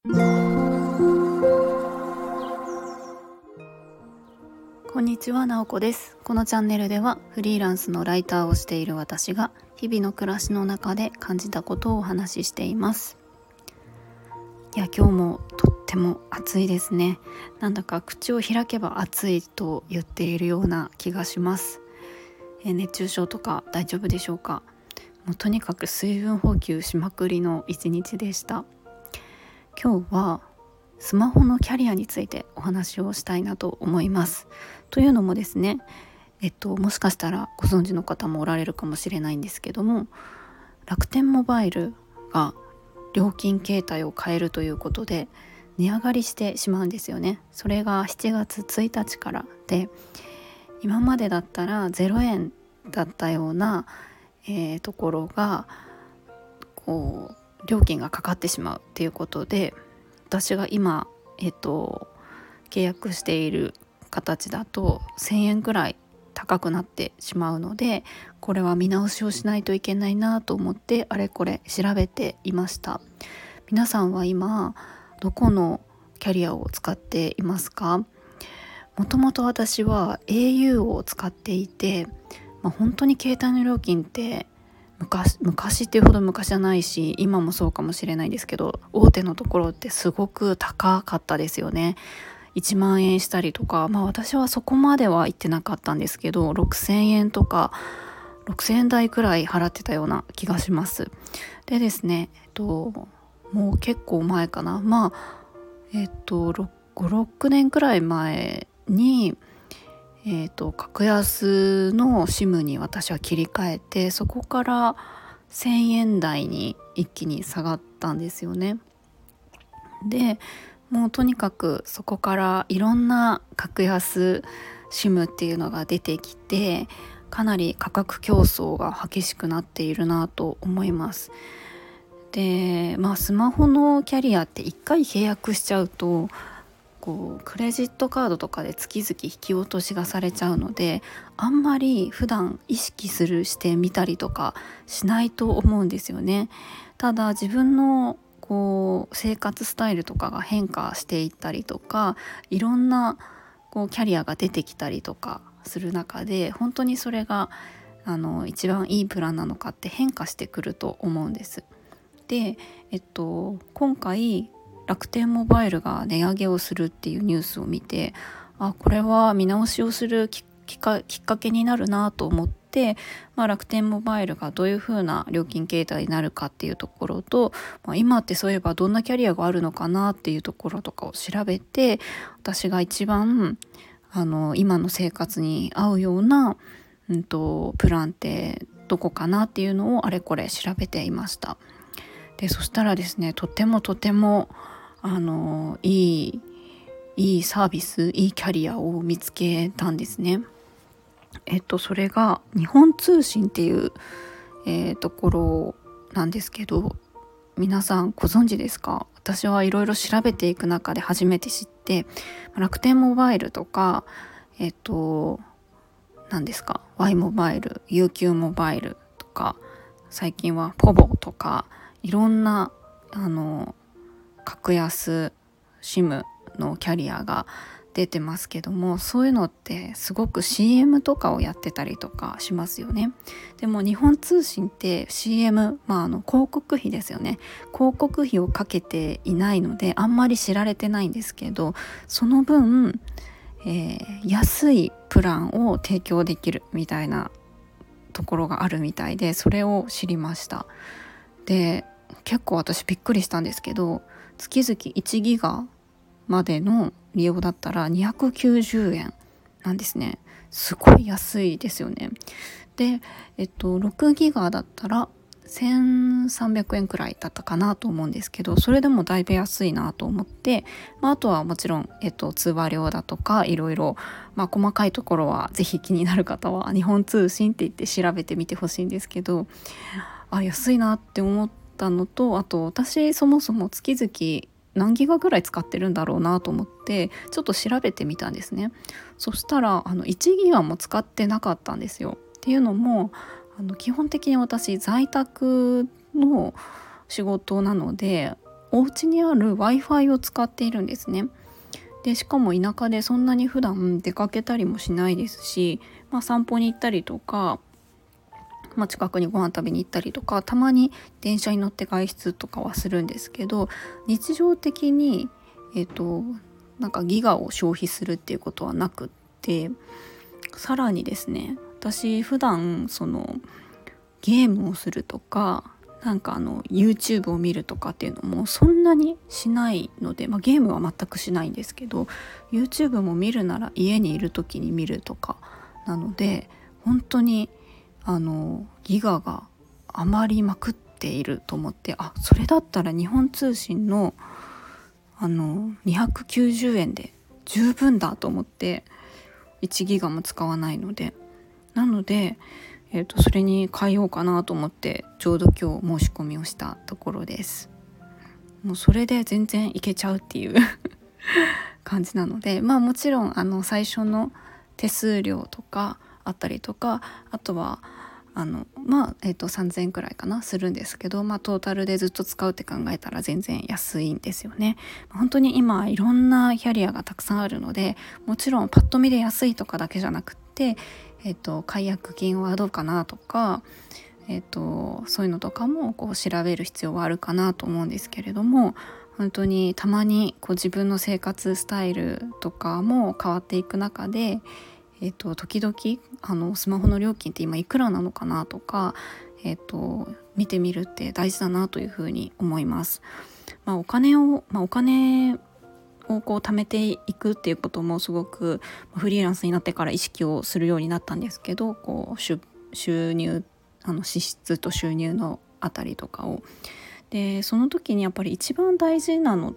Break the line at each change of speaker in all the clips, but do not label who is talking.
こんにちは、なおこです。このチャンネルではフリーランスのライターをしている私が日々の暮らしの中で感じたことをお話ししています。今日もとっても暑いですね。なんだか口を開けば暑いと言っているような気がします。熱中症とか大丈夫でしょうか。もうとにかく水分補給しまくりの一日でした。今日はスマホのキャリアについてお話をしたいなと思います。というのもですね、もしかしたらご存知の方もおられるかもしれないんですけども、楽天モバイルが料金形態を変えるということで値上がりしてしまうんですよね。それが7月1日からで、今までだったら0円だったような、ところが料金がかかってしまうっていうことで、私が今、契約している形だと1000円くらい高くなってしまうので、これは見直しをしないといけないなと思ってあれこれ調べていました。皆さんは今どこのキャリアを使っていますか？もともと私は au を使っていて、本当に携帯の料金って昔っていうほど昔じゃないし、今もそうかもしれないですけど、大手のところってすごく高かったですよね。1万円したりとか、私はそこまでは言ってなかったんですけど、6000円とか6000円台くらい払ってたような気がします。でですね、もう結構前かな、5、6年くらい前に格安の SIM に私は切り替えて、そこから1000円台に一気に下がったんですよね。でもうとにかくそこからいろんな格安 SIM っていうのが出てきて、かなり価格競争が激しくなっているなと思います。でスマホのキャリアって1回契約しちゃうとクレジットカードとかで月々引き落としがされちゃうので、あんまり普段意識してみたりとかしないと思うんですよね。ただ自分の生活スタイルとかが変化していったりとか、いろんなキャリアが出てきたりとかする中で、本当にそれが一番いいプランなのかって変化してくると思うんです。で、今回楽天モバイルが値上げをするっていうニュースを見て、これは見直しをするきっかけになるなと思って、楽天モバイルがどういう風な料金形態になるかっていうところと、今ってそういえばどんなキャリアがあるのかなっていうところとかを調べて、私が一番今の生活に合うような、プランってどこかなっていうのをあれこれ調べていました。でそしたらですね、とてもいいサービス、いいキャリアを見つけたんですね。それが日本通信っていう、ところなんですけど、皆さんご存知ですか？私はいろいろ調べていく中で初めて知って、楽天モバイルとか何ですか、 Y モバイル、UQ モバイルとか、最近はポボとか、いろんな格安 SIM のキャリアが出てますけども、そういうのってすごく CM とかをやってたりとかしますよね。でも日本通信って CM、広告費ですよね。広告費をかけていないのであんまり知られてないんですけど、その分、安いプランを提供できるみたいなところがあるみたいで、それを知りました。で結構私びっくりしたんですけど、月々1ギガまでの利用だったら290円なんですね。すごい安いですよね。で、6ギガだったら1300円くらいだったかなと思うんですけど、それでもだいぶ安いなと思って、あとはもちろん、通話料だとかいろいろ、細かいところはぜひ気になる方は日本通信って言って調べてみてほしいんですけど、安いなって思ったのと、あと私そもそも月々何ギガぐらい使ってるんだろうなと思ってちょっと調べてみたんですね。そしたら1ギガも使ってなかったんですよ。っていうのも基本的に私在宅の仕事なので、 お家にある Wi-Fi を使っているんですね。でしかも田舎でそんなに普段出かけたりもしないですし、散歩に行ったりとか、近くにご飯食べに行ったりとか、たまに電車に乗って外出とかはするんですけど、日常的になんかギガを消費するっていうことはなくって、さらにですね、私普段ゲームをするとか、なんかYouTube を見るとかっていうのもそんなにしないので、ゲームは全くしないんですけど、 YouTube も見るなら家にいる時に見るとかなので、本当にギガが余りまくっていると思って、それだったら日本通信の290円で十分だと思って、1ギガも使わないので、なのでそれに変えようかなと思って、ちょうど今日申し込みをしたところです。もうそれで全然いけちゃうっていう感じなので、もちろん最初の手数料とかあったりとか、あとは3000円くらいかなするんですけど、トータルでずっと使うって考えたら全然安いんですよね。本当に今いろんなキャリアがたくさんあるので、もちろんパッと見で安いとかだけじゃなくって、解約金はどうかなとか、そういうのとかも調べる必要はあるかなと思うんですけれども、本当にたまに自分の生活スタイルとかも変わっていく中で、時々スマホの料金って今いくらなのかなとか、見てみるって大事だなというふうに思います。お金を貯めていくっていうこともすごくフリーランスになってから意識をするようになったんですけど、収入支出と収入のあたりとかを、でその時にやっぱり一番大事なのって、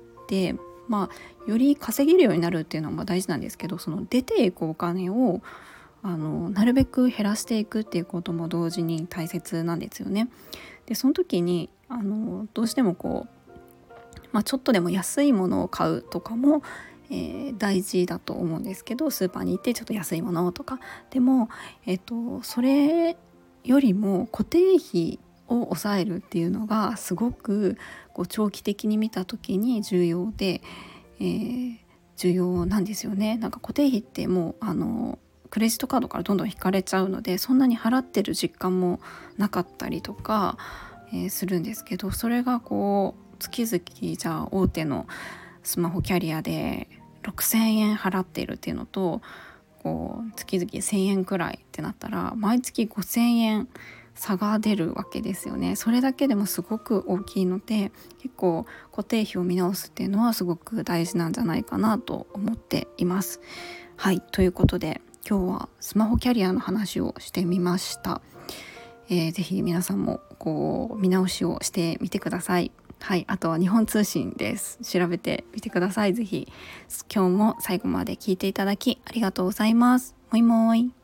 より稼げるようになるっていうのも大事なんですけど、その出ていくお金をなるべく減らしていくっていうことも同時に大切なんですよね。でその時にどうしてもちょっとでも安いものを買うとかも、大事だと思うんですけど、スーパーに行ってちょっと安いものとかでも、それよりも固定費を抑えるっていうのがすごく長期的に見た時に重要で、重要なんですよね。なんか固定費ってもうクレジットカードからどんどん引かれちゃうので、そんなに払ってる実感もなかったりとか、するんですけど、それが月々じゃあ大手のスマホキャリアで6000円払っているっていうのと、月々1000円くらいってなったら毎月5000円差が出るわけですよね。それだけでもすごく大きいので、結構固定費を見直すっていうのはすごく大事なんじゃないかなと思っています。はい、ということで今日はスマホキャリアの話をしてみました。ぜひ皆さんも見直しをしてみてください。はい、あとは日本通信です。調べてみてください。ぜひ今日も最後まで聞いていただきありがとうございます。もいもい。